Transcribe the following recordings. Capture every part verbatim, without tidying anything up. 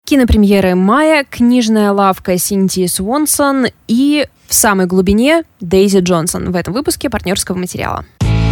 Кинопремьеры мая, книжная лавка Синтии Свонсон и в самой глубине Дейзи Джонсон в этом выпуске партнерского материала.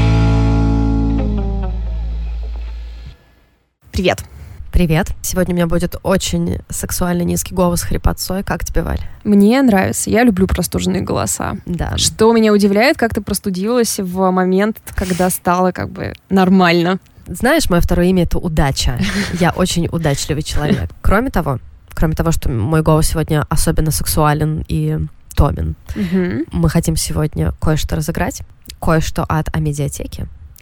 Привет. Привет. Сегодня у меня будет очень сексуально низкий голос с хрипотцой. Как тебе, Валь? Мне нравится. Я люблю простуженные голоса. Да. Что меня удивляет, как ты простудилась в момент, когда стало как бы нормально. Знаешь, мое второе имя — это удача. Я очень удачливый человек. Кроме того, кроме того, что мой голос сегодня особенно сексуален и томен, Угу. мы хотим сегодня кое-что разыграть, кое-что от Амедиатеки.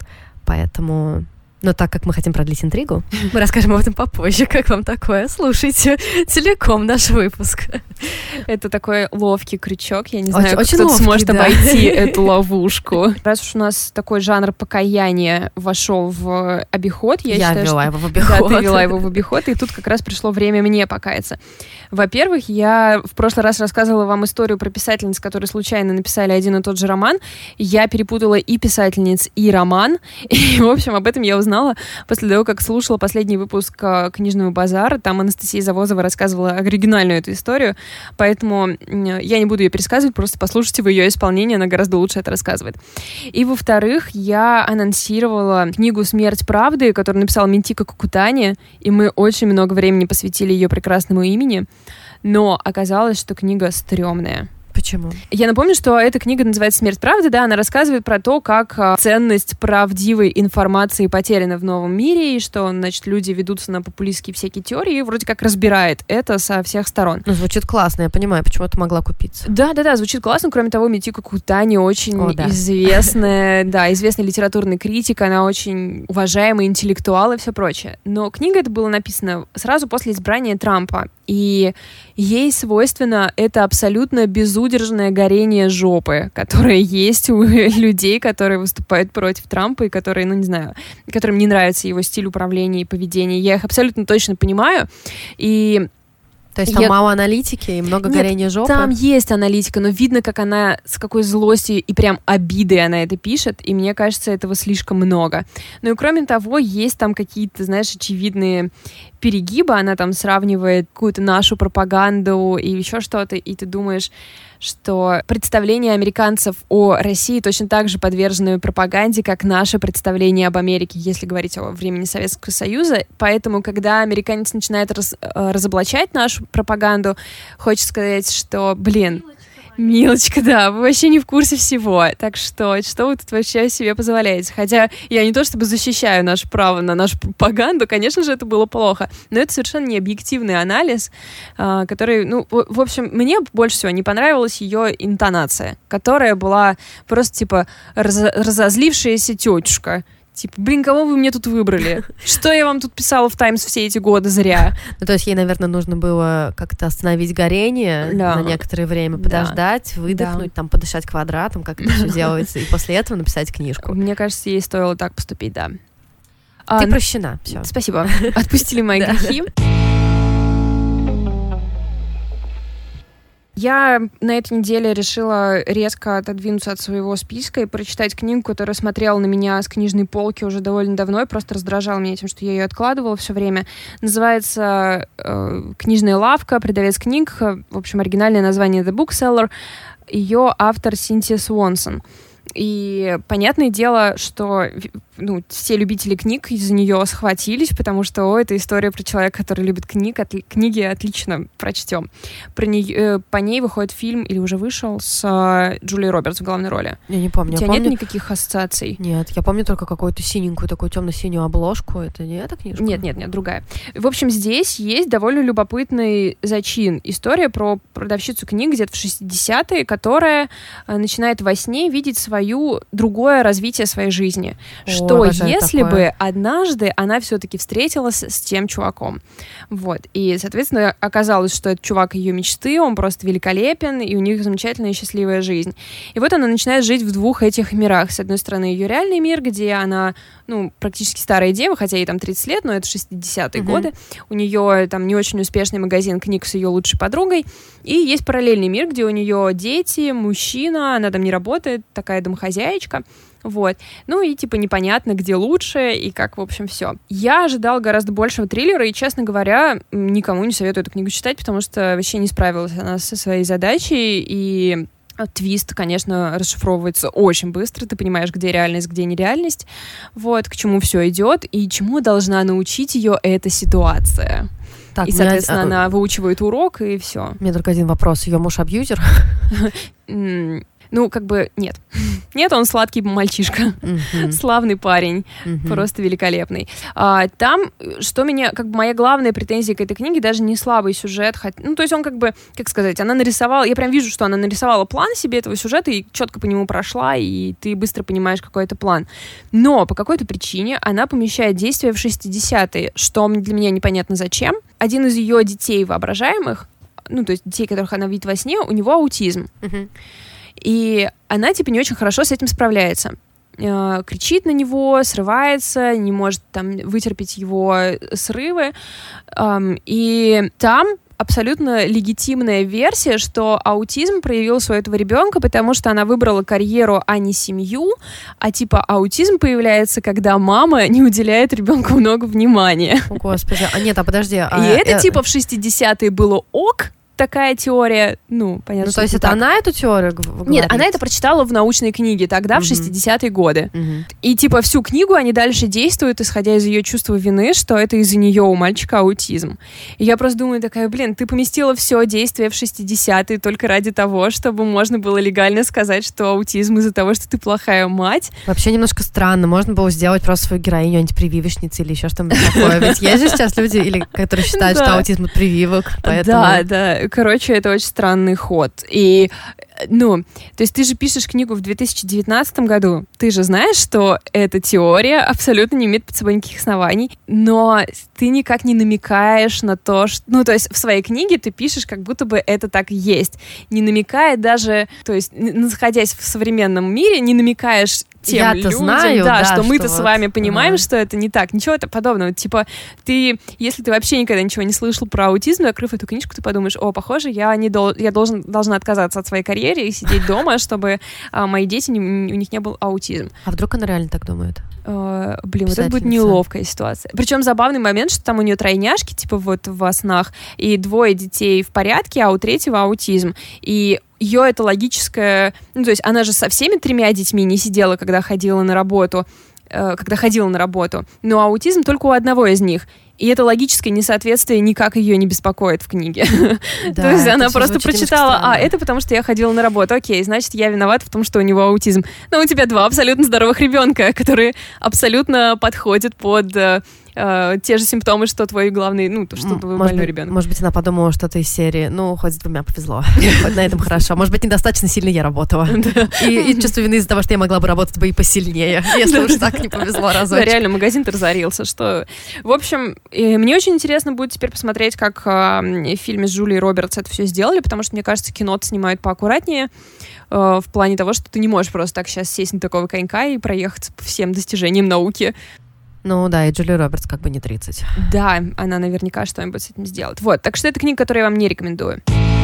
Поэтому... Но так как мы хотим продлить интригу, мы расскажем об этом попозже. Как вам такое? Слушайте целиком наш выпуск. Это такой ловкий крючок. Я не знаю, Очень- как очень кто-то ловкий, сможет да. обойти эту ловушку. Раз уж у нас такой жанр покаяния вошел в обиход, я, Я считаю, ввела что... его в обиход. Да, ты вела его в обиход, и тут как раз пришло время мне покаяться. Во-первых, я в прошлый раз рассказывала вам историю про писательниц, которые случайно написали один и тот же роман. Я перепутала и писательниц, и роман. И, в общем, об этом я узнала после того, как слушала последний выпуск э, «Книжного базара». Там Анастасия Завозова рассказывала оригинальную эту историю, поэтому э, я не буду ее пересказывать, просто послушайте в ее исполнении, она гораздо лучше это рассказывает. И, во-вторых, я анонсировала книгу «Смерть правды», которую написала Ментика Кукутани, и мы очень много времени посвятили ее прекрасному имени, но оказалось, что книга стрёмная. Почему? Я напомню, что эта книга называется «Смерть правды», да, она рассказывает про то, как а, ценность правдивой информации потеряна в новом мире, и что, значит, люди ведутся на популистские всякие теории, и вроде как разбирает это со всех сторон. Ну, звучит классно, я понимаю, почему ты могла купиться. Да-да-да, звучит классно. Кроме того, Ментика Кукутани очень О, да. известная, да, известная литературный критик, она очень уважаемый интеллектуал и все прочее. Но книга эта была написана сразу после избрания Трампа, и ей свойственно это абсолютно безудержное горение жопы, которое есть у людей, которые выступают против Трампа и которые, ну, не знаю, которым не нравится его стиль управления и поведения. Я их абсолютно точно понимаю, и... То есть там Я- мало аналитики и много Нет, горения жопы? Там есть аналитика, но видно, как она, с какой злостью и прям обидой она это пишет, и мне кажется, этого слишком много. Ну и кроме того, есть там какие-то, знаешь, очевидные перегибы, она там сравнивает какую-то нашу пропаганду и еще что-то, и ты думаешь, что представления американцев о России точно так же подвержены пропаганде, как наше представление об Америке, если говорить о времени Советского Союза. Поэтому, когда американец начинает раз, э, разоблачать нашу пропаганду, хочется сказать, что, блин, милочка, да, вы вообще не в курсе всего. Так что, что вы тут вообще себе позволяете? Хотя я не то чтобы защищаю наше право на нашу пропаганду, конечно же, это было плохо, но это совершенно не объективный анализ, а, который, ну, в, в общем, мне больше всего не понравилась ее интонация, которая была просто, типа, раз, разозлившаяся тетушка. Типа, блин, кого вы мне тут выбрали? Что я вам тут писала в «Таймс» все эти годы зря? Ну, то есть ей, наверное, нужно было как-то остановить горение Да. на некоторое время, Да. подождать, выдохнуть, там, подышать квадратом, как это все делается, и после этого написать книжку. Мне кажется, ей стоило так поступить, да. Ты А, прощена, все. Спасибо. Отпустили мои Да. грехи. Я на этой неделе решила резко отодвинуться от своего списка и прочитать книгу, которая смотрела на меня с книжной полки уже довольно давно и просто раздражала меня тем, что я ее откладывала все время. Называется э, «Книжная лавка», продавец книг. В общем, оригинальное название «The Bookseller». Ее автор Синтия Свонсон. И понятное дело, что ну, все любители книг из-за нее схватились, потому что о, это история про человека, который любит книг, отли- книги отлично прочтем. Про ней, э, по ней выходит фильм, или уже вышел, с э, Джулией Робертс в главной роли. Я не помню. У тебя я помню... нет никаких ассоциаций? Нет, я помню только какую-то синенькую, такую темно-синюю обложку. Это не эта книжка? Нет, нет, нет, другая. В общем, здесь есть довольно любопытный зачин. История про продавщицу книг где-то в шестидесятые, которая э, начинает во сне видеть свою другое развитие своей жизни. О, Что обожаю если такое. бы однажды она все-таки встретилась с тем чуваком? Вот. И, соответственно, оказалось, что этот чувак ее мечты, он просто великолепен, и у них замечательная и счастливая жизнь. И вот она начинает жить в двух этих мирах. С одной стороны, ее реальный мир, где она ну, практически старая дева, хотя ей там тридцать лет, но это шестидесятые Mm-hmm. годы. У нее там не очень успешный магазин книг с ее лучшей подругой. И есть параллельный мир, где у нее дети, мужчина, она там не работает, такая домохозяечка. Вот. Ну и типа непонятно, где лучше и как, в общем, все. Я ожидала гораздо большего триллера, и, честно говоря, никому не советую эту книгу читать, потому что вообще не справилась она со своей задачей, и твист, конечно, расшифровывается очень быстро, ты понимаешь, где реальность, где нереальность, вот, к чему все идет, и чему должна научить ее эта ситуация. Так, и, соответственно, меня... она выучивает урок, и все. У меня только один вопрос. Ее муж абьюзер? Ну, как бы, нет. Нет, он сладкий мальчишка. Mm-hmm. Славный парень. Mm-hmm. Просто великолепный. А, там, что меня, как бы, моя главная претензия к этой книге, даже не слабый сюжет. Хоть, ну, то есть он, как бы, как сказать, она нарисовала, я прям вижу, что она нарисовала план себе этого сюжета и четко по нему прошла, и ты быстро понимаешь, какой это план. Но по какой-то причине она помещает действие в шестидесятые, что для меня непонятно зачем. Один из ее детей воображаемых, ну, то есть детей, которых она видит во сне, у него аутизм. Mm-hmm. И она, типа, не очень хорошо с этим справляется. Э, кричит на него, срывается, не может там вытерпеть его срывы. Эм, и там абсолютно легитимная версия, что аутизм проявился у этого ребенка, потому что она выбрала карьеру, а не семью, а типа аутизм появляется, когда мама не уделяет ребенку много внимания. О, Господи, а нет, а подожди. А, и это э... типа в шестидесятые было ок, такая теория, ну, понятно. Ну, то есть это так. Она эту теорию говорит? Нет, она это прочитала в научной книге тогда, mm-hmm. в шестидесятые годы. Mm-hmm. И, типа, всю книгу они дальше действуют, исходя из ее чувства вины, что это из-за нее у мальчика аутизм. И я просто думаю такая, блин, ты поместила все действие в шестидесятые только ради того, чтобы можно было легально сказать, что аутизм из-за того, что ты плохая мать. Вообще немножко странно. Можно было сделать просто свою героиню антипрививочницей или еще что-нибудь такое. Ведь есть же сейчас люди, или, которые считают, что аутизм от прививок. Да, да. Короче, это очень странный ход. И, ну, то есть ты же пишешь книгу в две тысячи девятнадцатом году, ты же знаешь, что эта теория абсолютно не имеет под собой никаких оснований, но ты никак не намекаешь на то, что... Ну, то есть в своей книге ты пишешь, как будто бы это так и есть, не намекая даже... То есть, находясь в современном мире, не намекаешь тем Я-то людям, знаю, да, да, что, что мы-то вот, с вами понимаем, ага. что это не так. Ничего подобного. Типа, ты, если ты вообще никогда ничего не слышал про аутизм, открыв эту книжку, ты подумаешь, о, похоже, я, не дол- я должен, должна отказаться от своей карьеры и сидеть дома, чтобы а, мои дети, не, у них не был аутизм. А вдруг она реально так думает? Uh, блин, вот это будет неловкая ситуация. Причем забавный момент, что там у нее тройняшки, типа вот во снах, и двое детей в порядке, а у третьего аутизм. И ее это логическое... Ну, то есть она же со всеми тремя детьми не сидела, когда ходила на работу, э, когда ходила на работу, но аутизм только у одного из них. И это логическое несоответствие никак ее не беспокоит в книге. Да, то есть она просто прочитала, а, это потому что я ходила на работу, окей, значит, я виновата в том, что у него аутизм. Но у тебя два абсолютно здоровых ребенка, которые абсолютно подходят под... Uh, те же симптомы, что твой главный, ну, то, что твой больной ребенок. Может быть, она подумала что-то из серии, ну, хоть с двумя повезло, хоть на этом хорошо. Может быть, недостаточно сильно я работала. И чувство вины из-за того, что я могла бы работать бы и посильнее, если уж так не повезло разочек. Да, реально, магазин-то разорился, что... В общем, мне очень интересно будет теперь посмотреть, как в фильме с Джулией Робертс это все сделали, потому что, мне кажется, кино-то снимают поаккуратнее, в плане того, что ты не можешь просто так сейчас сесть на такого конька и проехать по всем достижениям науки. Ну да, и Джулия Робертс как бы не тридцать. Да, она наверняка что-нибудь с этим сделает. Вот, так что это книга, которую я вам не рекомендую.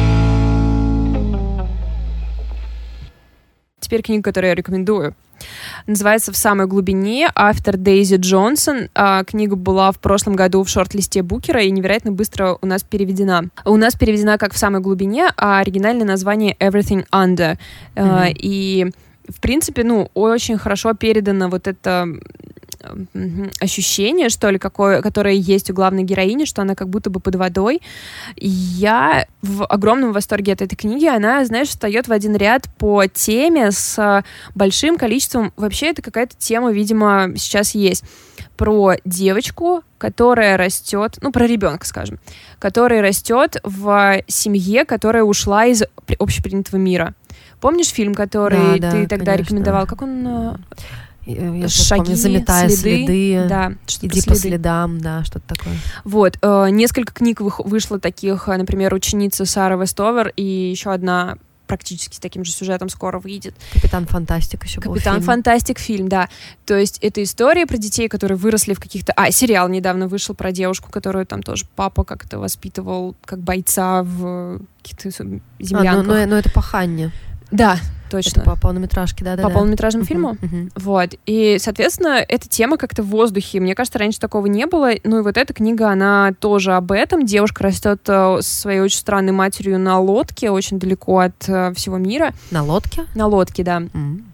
Теперь книга, которую я рекомендую. Называется «В самой глубине», автор Дейзи Джонсон. А, книга была в прошлом году в шорт-листе Букера и невероятно быстро у нас переведена. У нас переведена как «В самой глубине», а оригинальное название «Everything Under». Mm-hmm. А, и, в принципе, ну, очень хорошо передано вот это... ощущение, что ли, какое, которое есть у главной героини, что она как будто бы под водой. Я в огромном восторге от этой книги. Она, знаешь, встает в один ряд по теме с большим количеством... Вообще, это какая-то тема, видимо, сейчас есть. Про девочку, которая растет... Ну, про ребенка, скажем. Которая растет в семье, которая ушла из общепринятого мира. Помнишь фильм, который да, ты да, тогда конечно. рекомендовал? Как он... Я шаги, помню, заметая следы, следы, да, иди по следам, да, что-то такое. Вот, э, несколько книг вышло таких, например, «Ученица» Сары Вестовер и еще одна практически с таким же сюжетом скоро выйдет. Капитан Фантастик еще был Капитан фильм. Фантастик фильм, да. То есть это история про детей, которые выросли в каких-то... А, сериал недавно вышел про девушку, которую там тоже папа как-то воспитывал как бойца в каких-то землянках. А, ну, ну, ну это по Ханне. Да, точно. Это по полнометражке, да-да-да. По полнометражному uh-huh, фильму. uh-huh. Вот. И, соответственно, эта тема как-то в воздухе. Мне кажется, раньше такого не было. Ну и вот эта книга, она тоже об этом. Девушка растет со своей очень странной матерью на лодке, очень далеко от uh, всего мира. На лодке? На лодке, да. Mm.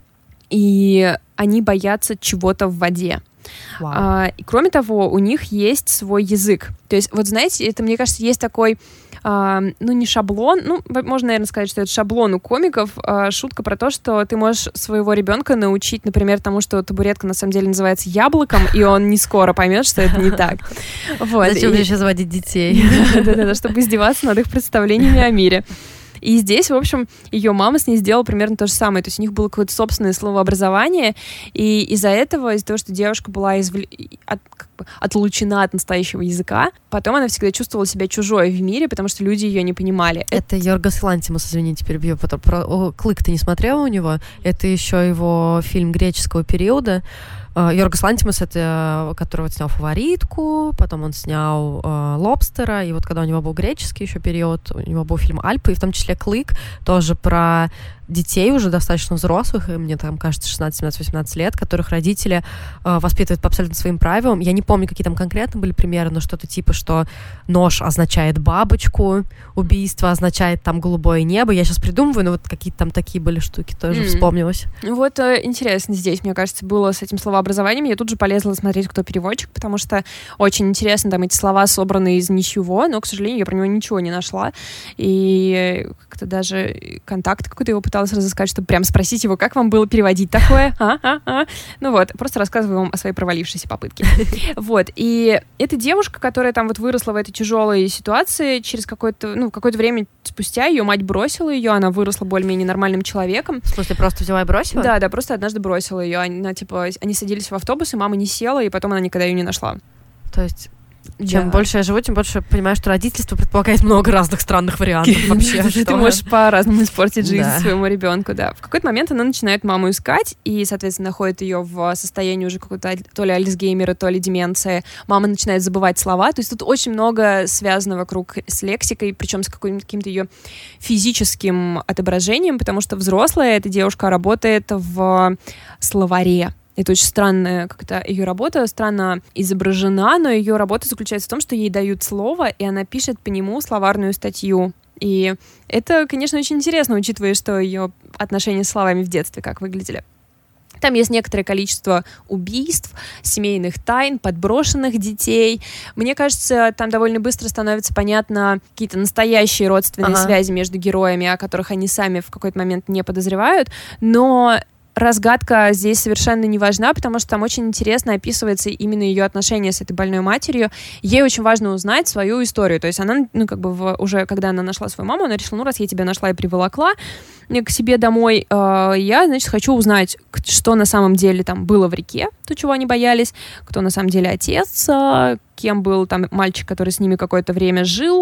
И они боятся чего-то в воде. Wow. А, и кроме того, у них есть свой язык. То есть, вот знаете, это, мне кажется, есть такой, а, ну, не шаблон, ну, можно, наверное, сказать, что это шаблон у комиков, а, шутка про то, что ты можешь своего ребенка научить, например, тому, что табуретка на самом деле называется яблоком, и он не скоро поймет, что это не так. Зачем мне сейчас водить детей? Да-да-да, чтобы издеваться над их представлениями о мире. И здесь, в общем, ее мама с ней сделала примерно то же самое. То есть у них было какое-то собственное словообразование, и из-за этого, из-за того, что девушка была извл... от, как бы, отлучена от настоящего языка, потом она всегда чувствовала себя чужой в мире, потому что люди ее не понимали. Это Йоргос Лантимос, извините, перебью. Про... О, «Клык» ты не смотрела у него? Это еще его фильм греческого периода. Йоргос Лантимос — это который вот снял «Фаворитку», потом он снял э, «Лобстера», и вот когда у него был греческий еще период, у него был фильм «Альпы», и в том числе «Клык», тоже про детей уже достаточно взрослых, и мне там, кажется, шестнадцать, семнадцать, восемнадцать лет, которых родители э, воспитывают по абсолютно своим правилам. Я не помню, какие там конкретно были примеры, но что-то типа, что нож означает бабочку, убийство означает там голубое небо. Я сейчас придумываю, но вот какие-то там такие были штуки, тоже mm. вспомнилось. Вот э, интересно здесь, мне кажется, было с этим словообразованием. Я тут же полезла смотреть, кто переводчик, потому что очень интересно, там эти слова собраны из ничего, но, к сожалению, я про него ничего не нашла. И как-то даже контакт какой-то его пыталась разыскать, чтобы прям спросить его, как вам было переводить такое? А, а, а. Ну вот, просто рассказываю вам о своей провалившейся попытке. Вот, и эта девушка, которая там вот выросла в этой тяжелой ситуации, через какое-то, ну, какое-то время спустя ее мать бросила ее, она выросла более-менее нормальным человеком. В смысле, просто взяла и бросила? Да, да, просто однажды бросила ее. Она, типа, они садились в автобус, и мама не села, и потом она никогда ее не нашла. То есть... Чем да. больше я живу, тем больше понимаю, что родительство предполагает много разных странных вариантов вообще. Ты можешь по-разному испортить жизнь своему ребенку, да. В какой-то момент она начинает маму искать и, соответственно, находит ее в состоянии уже какого-то то ли альцгеймера, то ли деменции. Мама начинает забывать слова. То есть тут очень много связано вокруг с лексикой, причем с каким-то ее физическим отображением, потому что взрослая эта девушка работает в словаре. Это очень странная как-то ее работа, странно изображена, но ее работа заключается в том, что ей дают слово, и она пишет по нему словарную статью. И это, конечно, очень интересно, учитывая, что ее отношения с словами в детстве как выглядели. Там есть некоторое количество убийств, семейных тайн, подброшенных детей. Мне кажется, там довольно быстро становится понятно какие-то настоящие родственные ага. связи между героями, о которых они сами в какой-то момент не подозревают, но... разгадка здесь совершенно не важна, потому что там очень интересно описывается именно ее отношение с этой больной матерью. Ей очень важно узнать свою историю. То есть она, ну, как бы в, уже когда она нашла свою маму, она решила, ну, раз я тебя нашла и приволокла к себе домой, э, я, значит, хочу узнать, что на самом деле там было в реке, то, чего они боялись, кто на самом деле отец, э, кем был там мальчик, который с ними какое-то время жил,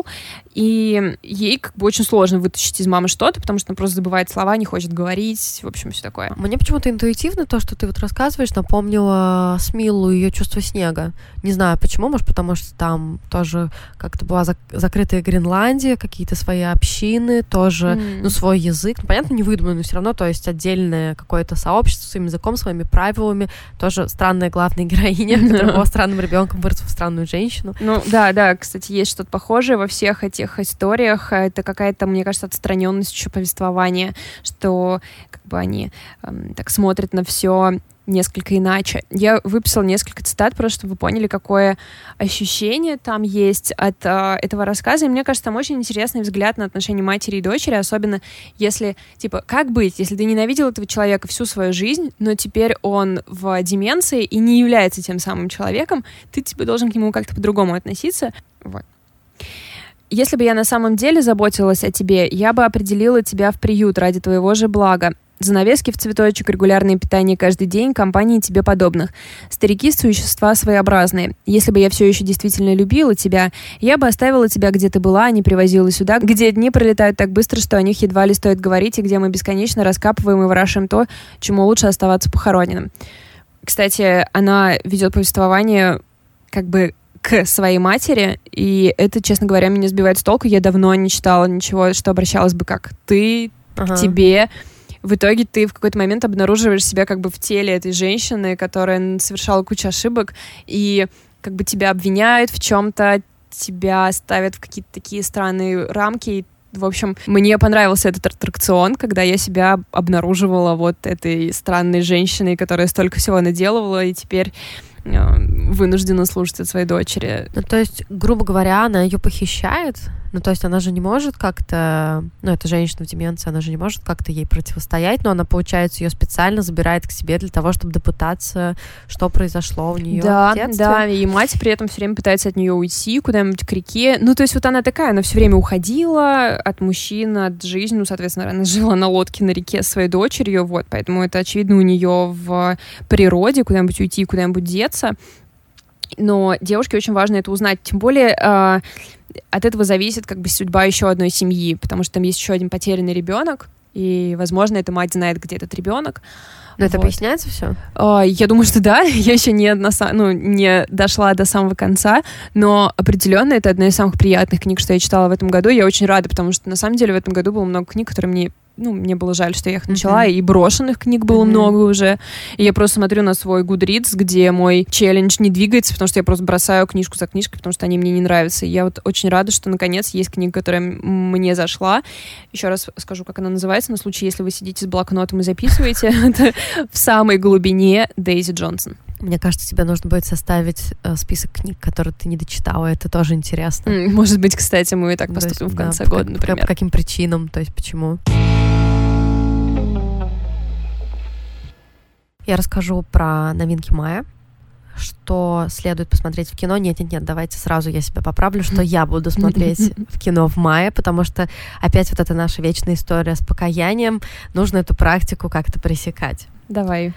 и ей как бы очень сложно вытащить из мамы что-то, потому что она просто забывает слова, не хочет говорить, в общем, все такое. Мне почему-то интуитивно то, что ты вот рассказываешь, напомнило Смиллу ее «Чувство снега». Не знаю почему, может, потому что там тоже как-то была зак- закрытая Гренландия, какие-то свои общины, тоже, mm. ну, свой язык. Ну, понятно, не выдуманный, но все равно, то есть отдельное какое-то сообщество, своим языком, своими правилами. Тоже странная главная героиня, которая была странным ребенком, выросла в странную женщину. Ну, да, да, кстати, есть что-то похожее во всех этих историях. Это какая-то, мне кажется, отстраненность еще повествования, что как бы они эм, так смотрят на все несколько иначе. Я выписала несколько цитат, просто чтобы вы поняли, какое ощущение там есть от э, этого рассказа. И мне кажется, там очень интересный взгляд на отношения матери и дочери, особенно если, типа, как быть, если ты ненавидел этого человека всю свою жизнь, но теперь он в деменции и не является тем самым человеком, ты, типа, должен к нему как-то по-другому относиться. Вот. Если бы я на самом деле заботилась о тебе, я бы определила тебя в приют ради твоего же блага. Занавески в цветочек, регулярное питание каждый день, компании тебе подобных. Старики — существа своеобразные. Если бы я все еще действительно любила тебя, я бы оставила тебя, где ты была, а не привозила сюда, где дни пролетают так быстро, что о них едва ли стоит говорить, и где мы бесконечно раскапываем и ворошим то, чему лучше оставаться похороненным. Кстати, она ведет повествование как бы к своей матери, и это, честно говоря, меня сбивает с толку. Я давно не читала ничего, что обращалась бы как ты, ага. к тебе. В итоге ты в какой-то момент обнаруживаешь себя как бы в теле этой женщины, которая совершала кучу ошибок, и как бы тебя обвиняют в чем-то, тебя ставят в какие-то такие странные рамки. В общем, мне понравился этот аттракцион, когда я себя обнаруживала вот этой странной женщиной, которая столько всего наделывала, и теперь вынуждена слушать от своей дочери. Ну, то есть, грубо говоря, она ее похищает. Ну, то есть она же не может как-то... Ну, эта женщина в деменции, она же не может как-то ей противостоять, но она, получается, ее специально забирает к себе для того, чтобы допытаться, что произошло у нее да, в детстве. Да, и мать при этом все время пытается от нее уйти куда-нибудь к реке. Ну, то есть вот она такая, она все время уходила от мужчин, от жизни. Ну, соответственно, она жила на лодке на реке с своей дочерью, вот, поэтому это, очевидно, у нее в природе куда-нибудь уйти, куда-нибудь деться. Но девушке очень важно это узнать. Тем более э, от этого зависит как бы судьба еще одной семьи, потому что там есть еще один потерянный ребенок, и, возможно, эта мать знает, где этот ребенок. Но вот. Это поясняется все? Э, я думаю, что да. Я еще не, на, ну, не дошла до самого конца, но определенно это одна из самых приятных книг, что я читала в этом году. Я очень рада, потому что, на самом деле, в этом году было много книг, которые мне... Ну, мне было жаль, что я их начала, mm-hmm. и брошенных книг было mm-hmm. много уже. И я просто смотрю на свой Goodreads, где мой челлендж не двигается, потому что я просто бросаю книжку за книжкой, потому что они мне не нравятся. И я вот очень рада, что, наконец, есть книга, которая мне зашла. Еще раз скажу, как она называется, на случай, если вы сидите с блокнотом и записываете. Это «В самой глубине» Дейзи Джонсон. Мне кажется, тебе нужно будет составить э, список книг, которые ты не дочитала. Это тоже интересно. Mm, может быть, кстати, мы и так поступим есть, в конце да, года, по, например. По каким причинам, то есть почему. Я расскажу про новинки мая, что следует посмотреть в кино. Нет-нет-нет, давайте сразу я себя поправлю, что я буду смотреть в кино в мае, потому что опять вот эта наша вечная история с покаянием, нужно эту практику как-то пресекать. Давай.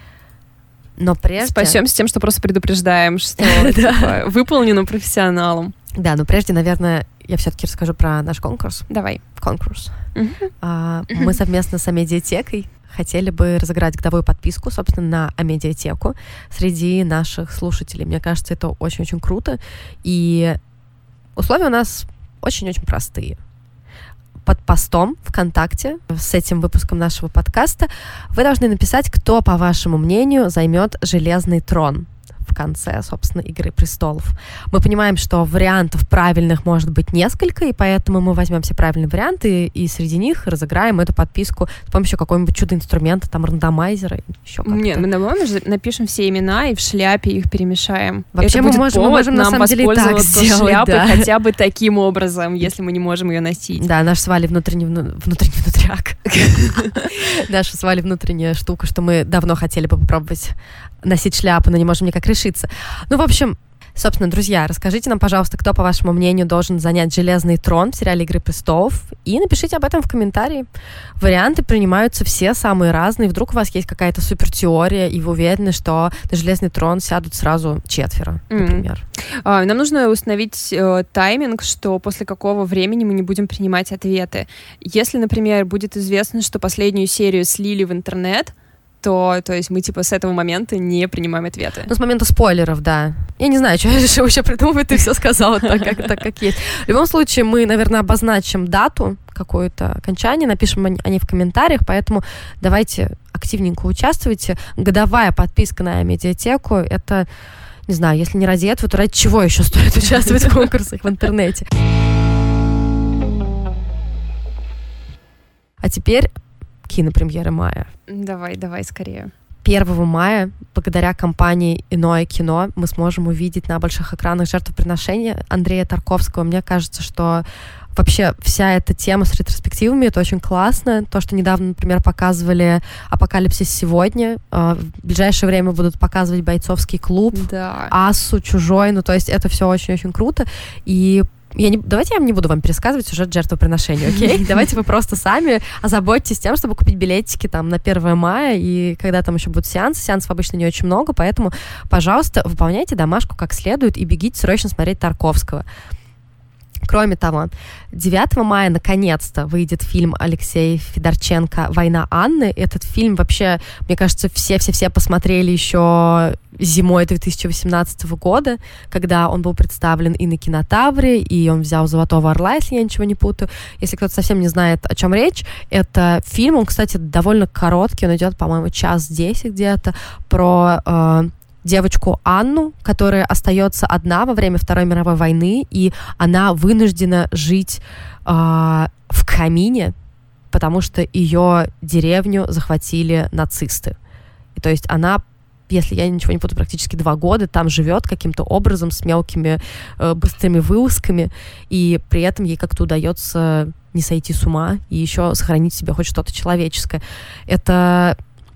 Но прежде... Спасемся тем, что просто предупреждаем, что типа, выполнено профессионалом. Да, но прежде, наверное, я все-таки расскажу про наш конкурс. Давай. Конкурс. Мы совместно с Амедиатекой хотели бы разыграть годовую подписку, собственно, на Амедиатеку среди наших слушателей. Мне кажется, это очень-очень круто. И условия у нас очень-очень простые. Под постом ВКонтакте с этим выпуском нашего подкаста вы должны написать, кто, по вашему мнению, займет железный трон в конце, собственно, «Игры престолов». Мы понимаем, что вариантов правильных может быть несколько, и поэтому мы возьмем все правильные варианты и среди них разыграем эту подписку с помощью какого-нибудь чудо-инструмента, там, рандомайзера, еще как-то. Нет, мы, наверное, напишем все имена и в шляпе их перемешаем. Вообще это мы будет можем, мы можем на самом деле и так сделать, шляпой да. хотя бы таким образом, если мы не можем ее носить. Да, наш с Валей внутренний, внутренний внутряк. Наша с Валей внутренняя штука, что мы давно хотели бы попробовать носить шляпу, но не можем никак решиться. Ну, в общем, собственно, друзья, расскажите нам, пожалуйста, кто, по вашему мнению, должен занять железный трон в сериале «Игры престолов», и напишите об этом в комментарии. Варианты принимаются все самые разные. Вдруг у вас есть какая-то супертеория, и вы уверены, что на железный трон сядут сразу четверо, например. Mm. А, нам нужно установить э, тайминг, что после какого времени мы не будем принимать ответы. Если, например, будет известно, что последнюю серию слили в интернет, то, то есть мы, типа, с этого момента не принимаем ответы. Ну, с момента спойлеров, да. Я не знаю, что я решила еще придумать, ты все сказала так как, так, как есть. В любом случае, мы, наверное, обозначим дату какое-то окончание, напишем о ней в комментариях, поэтому давайте активненько участвуйте. Годовая подписка на Амедиатеку — это, не знаю, если не ради этого, то ради чего еще стоит участвовать в конкурсах в интернете. А теперь кинопремьеры мая. Давай, давай, скорее. первого мая, благодаря компании «Иное кино», мы сможем увидеть на больших экранах «Жертвоприношение» Андрея Тарковского. Мне кажется, что вообще вся эта тема с ретроспективами — это очень классно. То, что недавно, например, показывали «Апокалипсис сегодня», в ближайшее время будут показывать «Бойцовский клуб», да. «Ассу», «Чужой». Ну, то есть это все очень-очень круто. И Я не, давайте я не буду вам пересказывать сюжет жертвоприношения, окей? Давайте вы просто сами озаботьтесь тем, чтобы купить билетики там на первое мая, и когда там еще будут сеансы. Сеансов обычно не очень много, поэтому, пожалуйста, выполняйте домашку как следует и бегите срочно смотреть Тарковского. Кроме того, девятого мая наконец-то выйдет фильм Алексея Федорченко «Война Анны». Этот фильм вообще, мне кажется, все-все-все посмотрели еще зимой две тысячи восемнадцатого года, когда он был представлен и на Кинотавре, и он взял «Золотого орла», если я ничего не путаю. Если кто-то совсем не знает, о чем речь, это фильм, он, кстати, довольно короткий, он идет, по-моему, час десять где-то, про... Э, девочку Анну, которая остается одна во время Второй мировой войны, и она вынуждена жить э, в камине, потому что ее деревню захватили нацисты. И то есть она, если я ничего не путаю, практически два года там живет каким-то образом с мелкими э, быстрыми вылазками, и при этом ей как-то удается не сойти с ума и еще сохранить в себе хоть что-то человеческое. Это...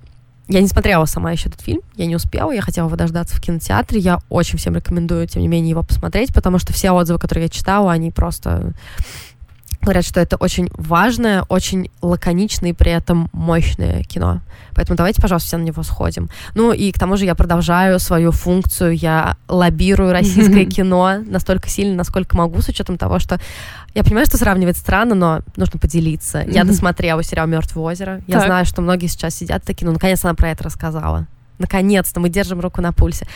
Я не смотрела сама еще этот фильм, я не успела, я хотела его дождаться в кинотеатре, я очень всем рекомендую, тем не менее, его посмотреть, потому что все отзывы, которые я читала, они просто говорят, что это очень важное, очень лаконичное и при этом мощное кино. Поэтому давайте, пожалуйста, все на него сходим. Ну и к тому же я продолжаю свою функцию, я лоббирую российское кино настолько сильно, насколько могу, с учетом того, что я понимаю, что сравнивать странно, но нужно поделиться. Mm-hmm. Я досмотрела сериал «Мертвое озеро». Я так. знаю, что многие сейчас сидят такие, ну, наконец-то она про это рассказала. Наконец-то мы держим руку на пульсе.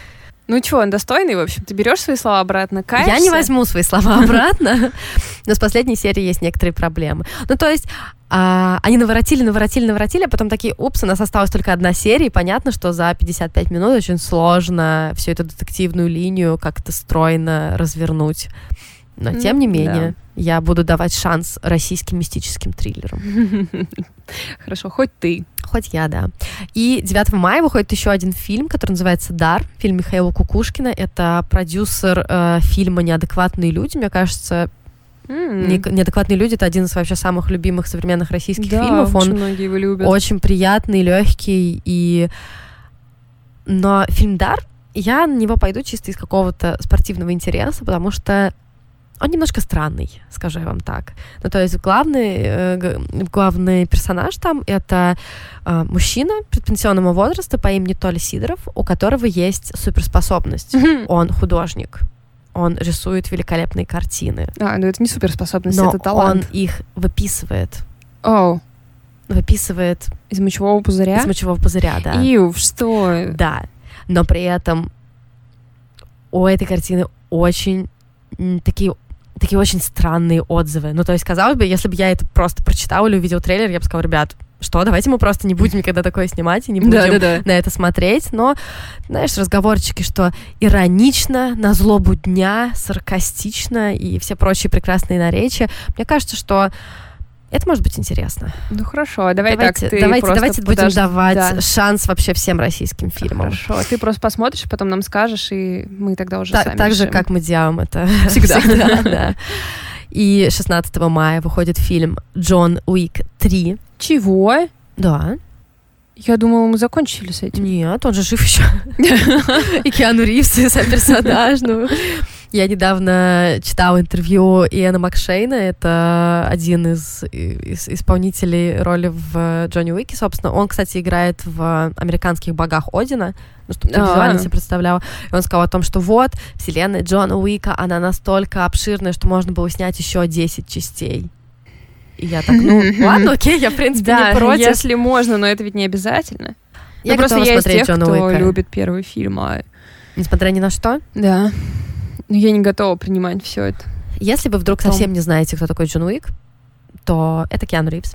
Ну что, он достойный, в общем? Ты берешь свои слова обратно, каешься? Я не возьму свои слова обратно, но с последней серии есть некоторые проблемы. Ну, то есть, а, они наворотили, наворотили, наворотили, а потом такие, упс, у нас осталась только одна серия, и понятно, что за пятьдесят пять минут очень сложно всю эту детективную линию как-то стройно развернуть. Но, тем mm, не менее, да. я буду давать шанс российским мистическим триллерам. Хорошо, хоть ты. Хоть я, да. И девятого мая выходит еще один фильм, который называется «Дар», фильм Михаила Кукушкина. Это продюсер э, фильма «Неадекватные люди». Мне кажется, mm. не, «Неадекватные люди» — это один из вообще самых любимых современных российских да, фильмов. Он многие его любят. Очень приятный, легкий. И... Но фильм «Дар», я на него пойду чисто из какого-то спортивного интереса, потому что он немножко странный, скажу я вам так. Ну, то есть главный, э, главный персонаж там — это э, мужчина предпенсионного возраста по имени Толя Сидоров, у которого есть суперспособность. Mm-hmm. Он художник. Он рисует великолепные картины. А, ну это не суперспособность, но это талант. он их выписывает. Оу. Oh. Выписывает... Из мочевого пузыря? Из мочевого пузыря, да. Ию, что? Да. Но при этом у этой картины очень такие... такие очень странные отзывы. Ну, то есть, казалось бы, если бы я это просто прочитала или увидела трейлер, я бы сказала, ребят, что, давайте мы просто не будем никогда такое снимать и не будем да, да, да. на это смотреть. Но, знаешь, разговорчики, что иронично, на злобу дня, саркастично и все прочие прекрасные наречия. Мне кажется, что это может быть интересно. Ну, хорошо, давай давайте, так, ты давайте, просто давайте подож... будем давать да. шанс вообще всем российским фильмам. Хорошо, ты просто посмотришь, потом нам скажешь, и мы тогда уже так, сами Так решим. же, как мы делаем это всегда. всегда да. И шестнадцатого мая выходит фильм «Джон Уик три». Чего? Да. Я думала, мы закончили с этим. Нет, он же жив еще. И Киану Ривз, и сам персонаж. Ну. Я недавно читала интервью Иэна Макшейна, это один из, из исполнителей роли в Джонни Уике, собственно. Он, кстати, играет в «Американских богах Одина», ну, чтобы ты визуально себе представляла. И он сказал о том, что вот, вселенная Джона Уика, она настолько обширная, что можно было снять еще десять частей. И я так, ну, ладно, окей, я, в принципе, да, не против. если можно, но это ведь не обязательно. Я ну, просто я из тех, Джона кто Уика. любит первый фильм. А... Несмотря ни на что? Да. Но я не готова принимать все это. Если вы вдруг Том. совсем не знаете, кто такой Джон Уик, то это Киану Ривз.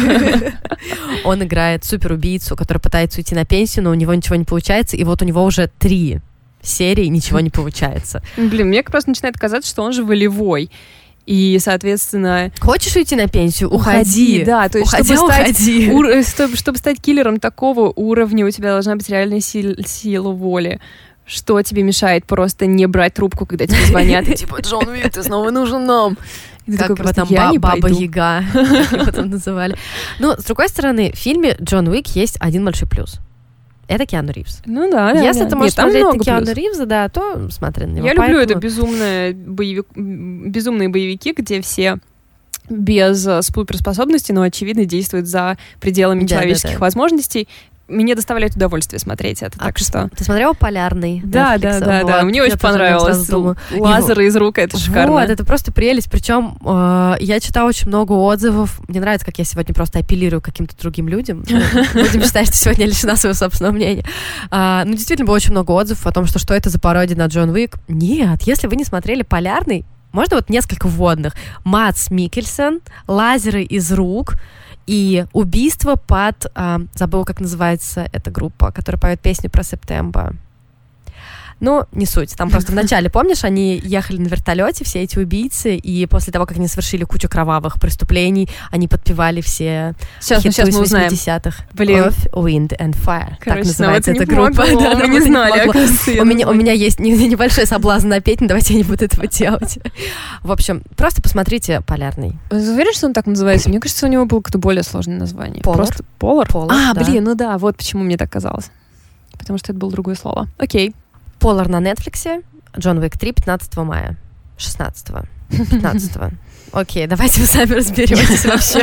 Он играет суперубийцу, который пытается уйти на пенсию, но у него ничего не получается, и вот у него уже три серии ничего не получается. Блин, мне просто начинает казаться, что он же волевой. И, соответственно... Хочешь уйти на пенсию? Уходи. Уходи, да. То есть, уходи, чтобы, уходи. Стать, ур, чтобы, чтобы стать киллером такого уровня, у тебя должна быть реальная сил, сила воли. Что тебе мешает просто не брать трубку, когда тебе звонят? И типа, Джон Уик, ты снова нужен нам. Как его там Баба-Яга его там называли. Ну, с другой стороны, в фильме Джон Уик есть один большой плюс. это Киану Ривз. Ну да, да. Если да. ты можешь Нет, смотреть Киану Ривза, да, то смотри на него. Я Поэтому... люблю это безумное боевик... безумные боевики, где все без суперспособностей, но, очевидно, действуют за пределами да, человеческих да, да. возможностей. Мне доставляет удовольствие смотреть это, а так ты, что... Ты смотрела «Полярный»? Да, Netflix? да, да, вот. да. Мне я очень понравилось. Лазеры из рук, это шикарно. Вот, это просто прелесть. Причем э, я читала очень много отзывов. Мне нравится, как я сегодня просто апеллирую к каким-то другим людям. Будем считать, что сегодня я лишена своего собственного мнения. Ну, действительно, было очень много отзывов о том, что что это за пародия на Джон Уик. Нет, если вы не смотрели «Полярный», можно вот несколько вводных. Мадс Миккельсен, «Лазеры из рук», и убийство под... А, забыла, как называется эта группа, которая поет песню про Септембр. Ну, не суть. Там просто вначале, помнишь, они ехали на вертолете, все эти убийцы, и после того, как они совершили кучу кровавых преступлений, они подпевали все сейчас, хиты ну, из восьмидесятых. Earth, Wind and Fire. Короче, так называется эта группа. Да, мы не знали. У меня, у меня есть небольшой соблазн напеть, но давайте я не буду этого делать. В общем, просто посмотрите «Полярный». Вы уверены, что он так называется? Мне кажется, у него было какое-то более сложное название. Polar. Просто Polar? Polar, а, да. блин, ну да, вот почему мне так казалось. Потому что это было другое слово. Окей. «Полар» на Netflix, «Джон Уик три» пятнадцатого мая. шестнадцатого. пятнадцатого. Окей, давайте вы сами разберетесь вообще.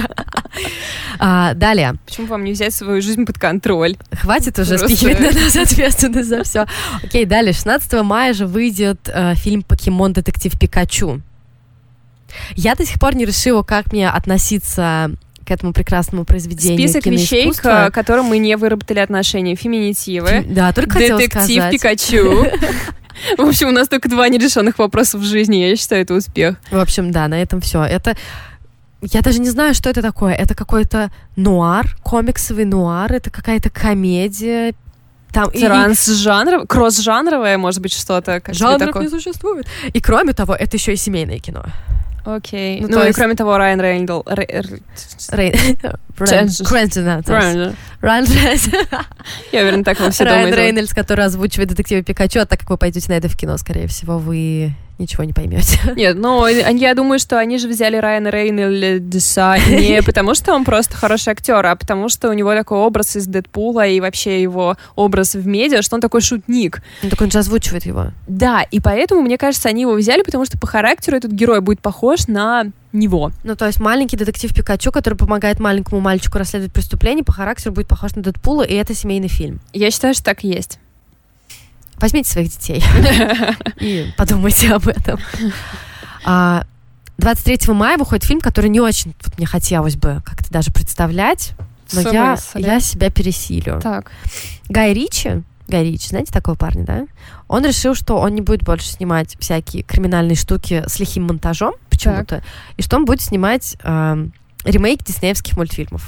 А, далее. Почему вам не взять свою жизнь под контроль? Хватит уже Просто... спихивать на нас ответственность за все. Окей, далее. шестнадцатого мая же выйдет э, фильм «Покемон. Детектив Пикачу». Я до сих пор не решила, как мне относиться к этому прекрасному произведению. Список вещей, к которым мы не выработали отношения. Феминитивы. Да, только хотела сказать. Детектив Пикачу. В общем, у нас только два нерешенных вопроса в жизни. Я считаю, это успех. В общем, да, на этом все. Это... Я даже не знаю, что это такое. Это какой-то нуар, комиксовый нуар, это какая-то комедия. Там Трансжанровая, кросс-жанровое, может быть, что-то. Жанров не существует. И кроме того, это еще и семейное кино. Окей. Okay. Ну, ну и есть... кроме того, Райан Рейндл... Рейнольдс. Я уверена, так вы все Райан думаете. Райан Рейнольдс, который озвучивает детектива Пикачу, а так как вы пойдете на это в кино, скорее всего, вы ничего не поймете. Нет, ну, я думаю, что они же взяли Райана Рейнольдса не потому, что он просто хороший актер, а потому что у него такой образ из Дэдпула и вообще его образ в медиа, что он такой шутник. Ну, так он же озвучивает его. Да, и поэтому, мне кажется, они его взяли, потому что по характеру этот герой будет похож на него. Ну, то есть маленький детектив Пикачу, который помогает маленькому мальчику расследовать преступление, по характеру будет похож на Дэдпула, и это семейный фильм. Я считаю, что так и есть. Возьмите своих детей и подумайте об этом. двадцать третьего мая выходит фильм, который не очень вот, мне хотелось бы как-то даже представлять, но я, я себя пересилю. Так. Гай Ричи, Гай Ричи, знаете такого парня, да? Он решил, что он не будет больше снимать всякие криминальные штуки с лихим монтажом почему-то, так. и что он будет снимать э, ремейк диснеевских мультфильмов.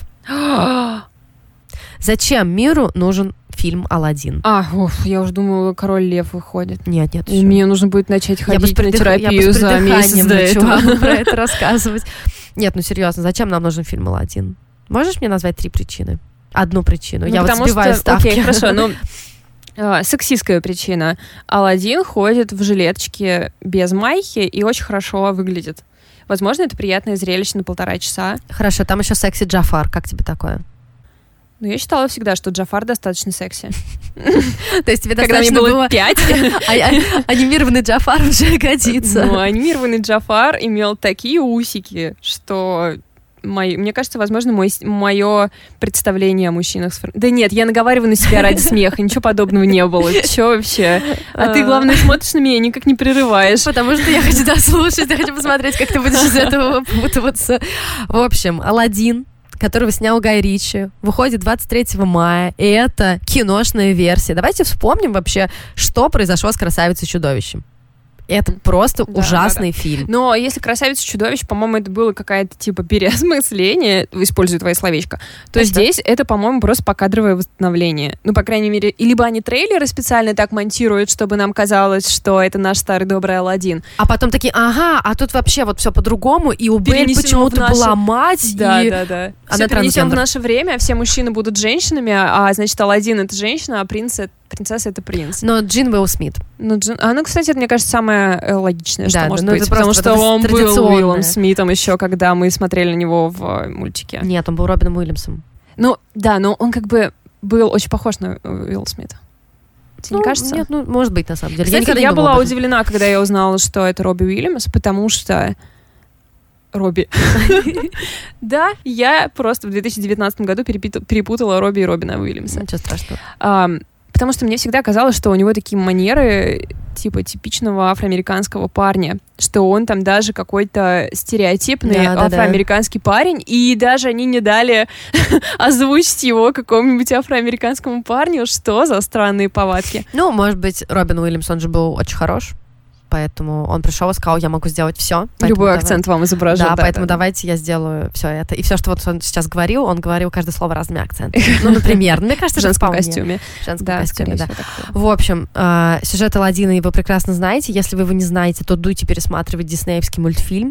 Зачем миру нужен фильм «Аладдин»? А, уф, я уже думала, «Король лев» выходит. Нет, нет. И мне нужно будет начать ходить на терапию я за месяц до этого. про это рассказывать. Нет, ну серьезно, зачем нам нужен фильм «Аладдин»? Можешь мне назвать три причины? Одну причину. Ну, я вот сбиваю что... ставки. Окей, хорошо, ну... Сексистская причина. Аладдин ходит в жилеточке без майки и очень хорошо выглядит. Возможно, это приятное зрелище на полтора часа. Хорошо, там еще секси Джафар. Как тебе такое? Ну, я считала всегда, что Джафар достаточно секси. То есть тебе Когда достаточно мне было пять. Анимированный Джафар уже годится. Ну, анимированный Джафар имел такие усики, что... Мои, мне кажется, возможно, мой, мое представление о мужчинах... Сфор... Да нет, я наговариваю на себя ради смеха, ничего подобного не было. Че вообще? А ты, главное, смотришь на меня и никак не прерываешь. Потому что я хочу дослушать, я хочу посмотреть, как ты будешь из этого выпутываться. В общем, «Аладдин», которого снял Гай Ричи, выходит двадцать третьего мая, и это киношная версия. Давайте вспомним вообще, что произошло с «Красавицей и чудовищем». Это просто да, ужасный да, да. фильм. Но если «Красавица и чудовище», по-моему, это было какое-то типа переосмысление, используя твои словечко, то это здесь это, по-моему, просто покадровое восстановление. Ну, по крайней мере, и либо они трейлеры специально так монтируют, чтобы нам казалось, что это наш старый добрый Аладдин. А потом такие, ага, а тут вообще вот все по-другому, и у Белль почему-то наше... была мать, да, и... Да, да, да. Все перенесем в наше время, все мужчины будут женщинами, а, значит, Аладдин — это женщина, а принц — принцесса — это принц. Но Джин Уилл Смит. Ну, Джин... А, ну, кстати, это, мне кажется, самое логичное, что да, может ну, быть. Потому что он был Уиллом Смитом еще, когда мы смотрели на него в мультике. Нет, он был Робином Уильямсом. Ну, да, но он как бы был очень похож на Уилла Смита. Тебе ну, не кажется? Нет, ну, может быть, на самом деле. Кстати, я, я не была думала, удивлена, когда я узнала, что это Робби Уильямс, потому что... Робби. Да, я просто в две тысячи девятнадцатом году перепутала Робби и Робина Уильямса. Ничего страшного. Потому что мне всегда казалось, что у него такие манеры типа типичного афроамериканского парня, что он там даже какой-то стереотипный да, да, афроамериканский да. парень, и даже они не дали озвучить его какому-нибудь афроамериканскому парню. Что за странные повадки? Ну, может быть, Робин Уильямс, он же был очень хорош. Поэтому он пришел и сказал, я могу сделать все. Любой давай... акцент вам изображу. Да, да поэтому да. давайте я сделаю все это. И все, что вот он сейчас говорил, он говорил каждое слово разными акцентами. Ну, например, мне кажется, в женском костюме. В женском костюме, да. В общем, сюжет Аладдина вы прекрасно знаете. Если вы его не знаете, то дуйте пересматривать диснеевский мультфильм.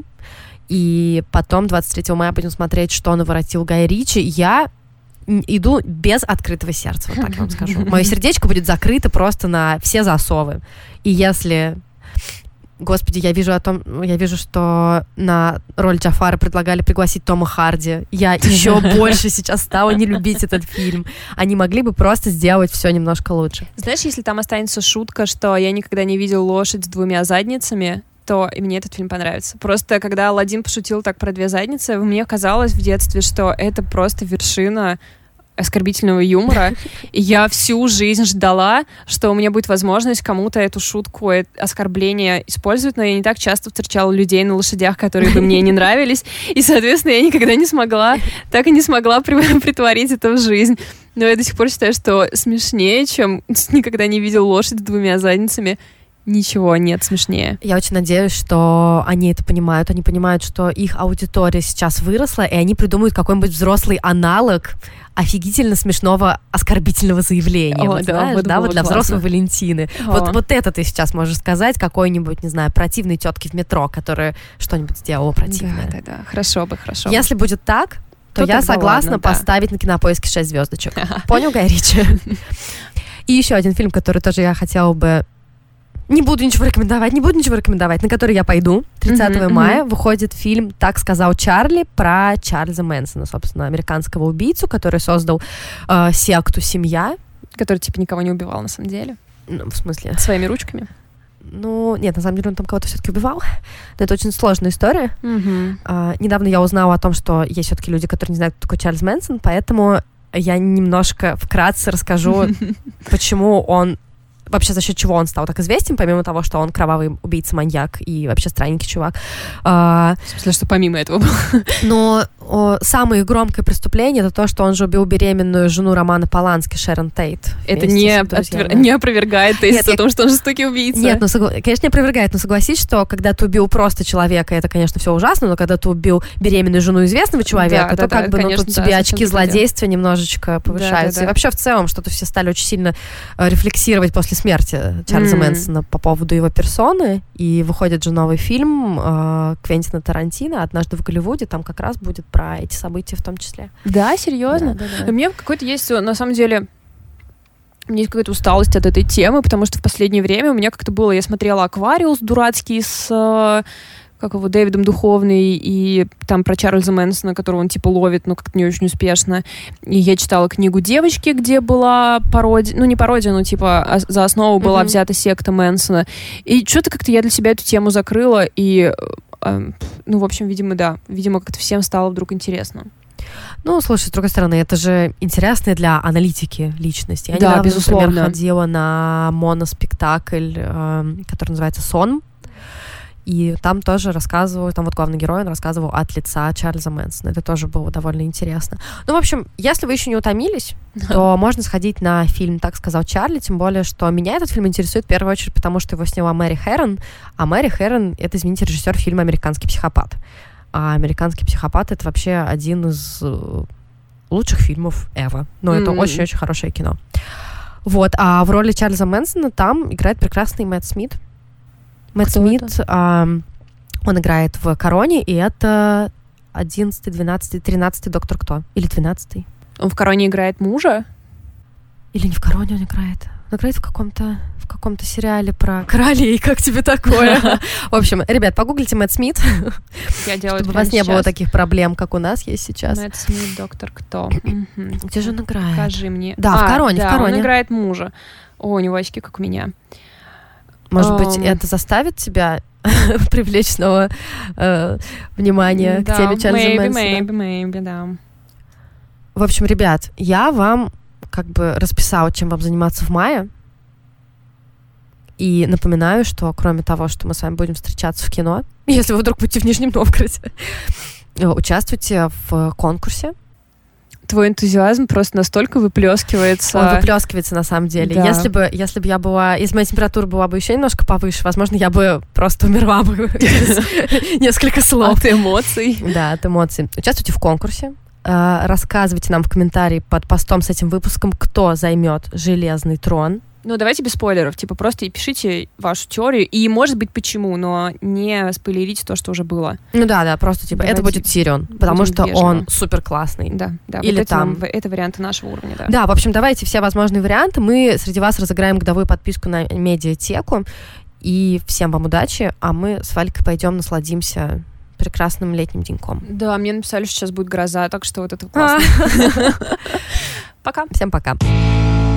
И потом двадцать третьего мая будем смотреть, что наворотил Гай Ричи. Я иду без открытого сердца, вот так я вам скажу. Мое сердечко будет закрыто просто на все засовы. И если... Господи, я вижу о том, я вижу, что на роль Джафара предлагали пригласить Тома Харди. Я еще больше сейчас стала не любить этот фильм. Они могли бы просто сделать все немножко лучше. Знаешь, если там останется шутка, что я никогда не видел лошадь с двумя задницами, то и мне этот фильм понравится. Просто когда Аладдин пошутил так про две задницы, мне казалось в детстве, что это просто вершина оскорбительного юмора, и я всю жизнь ждала, что у меня будет возможность кому-то эту шутку, это оскорбление использовать, но я не так часто встречала людей на лошадях, которые бы мне не нравились, и, соответственно, я никогда не смогла, так и не смогла притворить это в жизнь. Но я до сих пор считаю, что смешнее, чем никогда не видел лошадь с двумя задницами. Ничего нет смешнее. Я очень надеюсь, что они это понимают. Они понимают, что их аудитория сейчас выросла, и они придумают какой-нибудь взрослый аналог офигительно смешного оскорбительного заявления. О, вот, да, знаешь, да, вот для классно. Взрослой Валентины. Вот, вот это ты сейчас можешь сказать какой-нибудь, не знаю, противной тетке в метро, которая что-нибудь сделала противное. Да, да, да. Хорошо бы, хорошо. Если будет так, то, то я согласна ладно, поставить да. на Кинопоиске шесть звездочек. Понял, Гай Ричи? И еще один фильм, который тоже я хотела бы... Не буду ничего рекомендовать, не буду ничего рекомендовать, на который я пойду. тридцатого мая mm-hmm. выходит фильм «Так сказал Чарли» про Чарльза Мэнсона, собственно, американского убийцу, который создал э, секту «Семья». Который, типа, никого не убивал, на самом деле. Ну, в смысле? Своими ручками? Ну, нет, на самом деле он там кого-то все-таки убивал. Но это очень сложная история. Mm-hmm. Э, недавно я узнала о том, что есть все-таки люди, которые не знают, кто такой Чарльз Мэнсон, поэтому я немножко вкратце расскажу, почему он... Вообще, за счет чего он стал так известен, помимо того, что он кровавый убийца-маньяк и вообще странненький чувак. А, в смысле, что помимо этого было? Но о, самое громкое преступление — это то, что он же убил беременную жену Романа Полански, Шерон Тейт. Это не, отвер... не опровергает тезис о том, что он жестокий убийца. Нет, ну, согла... конечно, не опровергает, но согласись, что когда ты убил просто человека, это, конечно, все ужасно, но когда ты убил беременную жену известного человека, да, то да, как да, бы, конечно, ну, тут да, тебе очки злодейства немножечко повышаются. Да, да, да. И вообще в целом что-то все стали очень сильно э, рефлексировать после смерти Чарльза mm. Мэнсона по поводу его персоны, и выходит же новый фильм э, Квентина Тарантино «Однажды в Голливуде», там как раз будет про эти события в том числе. Да, серьезно? Да, да, да. У меня какой-то есть, на самом деле, у меня есть какая-то усталость от этой темы, потому что в последнее время у меня как-то было, я смотрела «Аквариус» дурацкий с... как его, Дэвидом Духовный, и там про Чарльза Мэнсона, которого он, типа, ловит, но как-то не очень успешно. И я читала книгу «Девочки», где была пародия, ну, не пародия, но, типа, за основу была mm-hmm. взята секта Мэнсона. И что-то как-то я для себя эту тему закрыла, и, э, ну, в общем, видимо, да, видимо, как-то всем стало вдруг интересно. Ну, слушай, с другой стороны, это же интересно для аналитики личности. Я да, недавно, безусловно. например, ходила на моноспектакль, э, который называется «Сон». И там тоже рассказывал, там вот главный герой, он рассказывал от лица Чарльза Мэнсона. Это тоже было довольно интересно. Ну, в общем, если вы еще не утомились, то можно сходить на фильм «Так сказал Чарли», тем более, что меня этот фильм интересует в первую очередь, потому что его сняла Мэри Хэрон, а Мэри Хэрон — это, извините, режиссер фильма «Американский психопат». А «Американский психопат» — это вообще один из лучших фильмов ever. Но mm-hmm. это очень-очень хорошее кино. Вот, а в роли Чарльза Мэнсона там играет прекрасный Мэтт Смит. Мэтт Кто Смит, а, он играет в «Короне», и это одиннадцатый, двенадцатый, тринадцатый «Доктор Кто». Или двенадцатый. Он в «Короне» играет мужа? Или не в «Короне» он играет? играет в каком-то в каком-то сериале про королей. Как тебе такое? В общем, ребят, погуглите Мэтт Смит, чтобы у вас не было таких проблем, как у нас есть сейчас. Мэтт Смит, доктор кто? Где же он играет? Скажи мне. Да, в Короне, в Короне. Он играет мужа. О, у него очки, как у меня. Может быть, это заставит тебя привлечь снова внимание к теме Чарльза Мэнсона? Maybe, maybe, maybe, да. В общем, ребят, я вам как бы расписала, чем вам заниматься в мае. И напоминаю, что кроме того, что мы с вами будем встречаться в кино, если вы вдруг будете в Нижнем Новгороде, участвуйте в конкурсе. Твой энтузиазм просто настолько выплескивается. Он выплескивается на самом деле. Да. Если бы, если бы я была, если моя температура была бы еще немножко повыше, возможно, я бы просто умерла бы через несколько слов. От эмоций. Да, от эмоций. Участвуйте в конкурсе. Рассказывайте нам в комментарии под постом с этим выпуском, кто займет железный трон. Ну, давайте без спойлеров. Типа, просто пишите вашу теорию. И, может быть, почему, но не спойлерите то, что уже было. Ну да, да, просто, типа, давайте это будет Тирион, потому что вежливо. Он супер классный. Да, да. Или вот там... Это, это варианты нашего уровня, да. Да, в общем, давайте все возможные варианты. Мы среди вас разыграем годовую подписку на медиатеку. И всем вам удачи, а мы с Валькой пойдем насладимся прекрасным летним деньком. Да, мне написали, что сейчас будет гроза, так что вот это классно. Пока. Всем пока.